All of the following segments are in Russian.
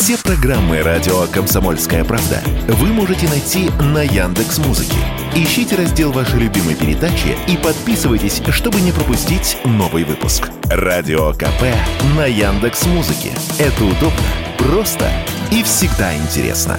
Все программы радио «Комсомольская правда» вы можете найти на Яндекс.Музыке. Ищите раздел вашей любимой передачи и подписывайтесь, чтобы не пропустить новый выпуск. Радио КП на Яндекс.Музыке. Это удобно, просто и всегда интересно.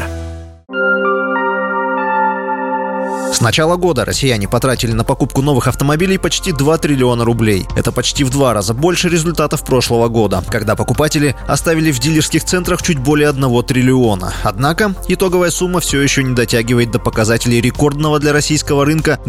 С начала года россияне потратили на покупку новых автомобилей почти 2 триллиона рублей. Это почти в 2 раза больше результатов прошлого года, когда покупатели оставили в дилерских центрах чуть более 1 триллиона. Однако итоговая сумма все еще не дотягивает до показателей рекордного для российского рынка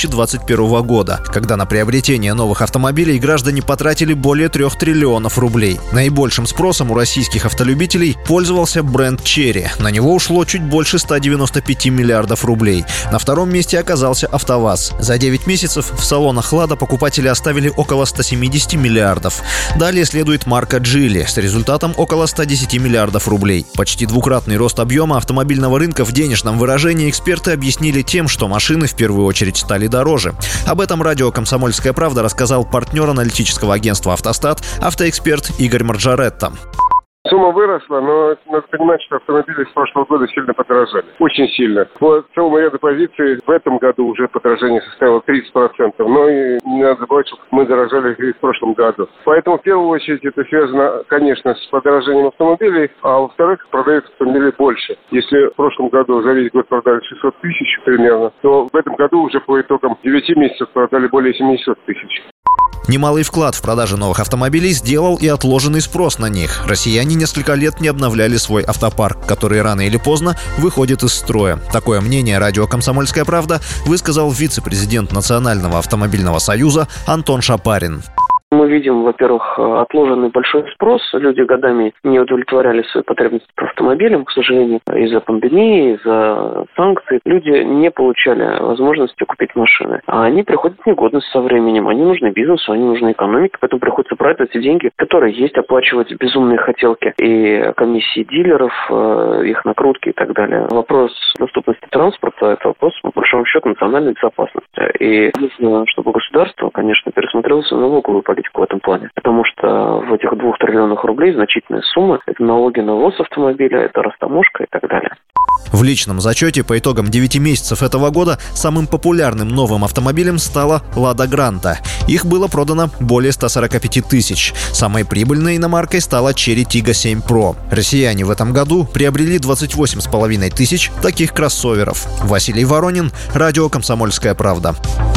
2021 года, когда на приобретение новых автомобилей граждане потратили более 3 триллионов рублей. Наибольшим спросом у российских автолюбителей пользовался бренд Chery. На него ушло чуть больше 195 миллиардов рублей. На втором месте оказался АвтоВАЗ. За 9 месяцев в салонах «Лада» покупатели оставили около 170 миллиардов. Далее следует марка «Джили» с результатом около 110 миллиардов рублей. Почти двукратный рост объема автомобильного рынка в денежном выражении эксперты объяснили тем, что машины в первую очередь стали дороже. Об этом радио «Комсомольская правда» рассказал партнер аналитического агентства «Автостат», автоэксперт Игорь Марджаретта. Сумма выросла, но надо понимать, что автомобили с прошлого года сильно подорожали. Очень сильно. По целому ряду позиций в этом году уже подорожание составило 30%. Но и не надо забывать, что мы дорожали и в прошлом году. Поэтому в первую очередь это связано, конечно, с подорожанием автомобилей, а во-вторых, продается автомобилей больше. Если в прошлом году за весь год продали 600 тысяч примерно, то в этом году уже по итогам 9 месяцев продали более 700 тысяч. Немалый вклад в продажи новых автомобилей сделал и отложенный спрос на них. Россияне несколько лет не обновляли свой автопарк, который рано или поздно выходит из строя. Такое мнение радио «Комсомольская правда» высказал вице-президент Национального автомобильного союза Антон Шапарин. Мы видим, во-первых, отложенный большой спрос. Люди годами не удовлетворяли свои потребности по автомобилям, к сожалению, из-за пандемии, из-за санкций. Люди не получали возможности купить машины. А они приходят в негодность со временем. Они нужны бизнесу, они нужны экономике, поэтому приходится брать эти деньги, которые есть, оплачивать безумные хотелки и комиссии дилеров, их накрутки и так далее. Вопрос доступности транспорта – это вопрос, по большому счету, национальной безопасности. И нужно, чтобы государство, конечно, пересмотрело свою налоговую политику в этом плане. Потому что в этих 2 триллионах рублей значительная сумма. Это налоги на ввоз автомобиля, это растаможка и так далее. В личном зачете по итогам 9 месяцев этого года самым популярным новым автомобилем стала «Лада Гранта». Их было продано более 145 тысяч. Самой прибыльной иномаркой стала Chery Tiggo 7 Pro. Россияне в этом году приобрели 28,5 тысяч таких кроссоверов. Василий Воронин, радио «Комсомольская правда».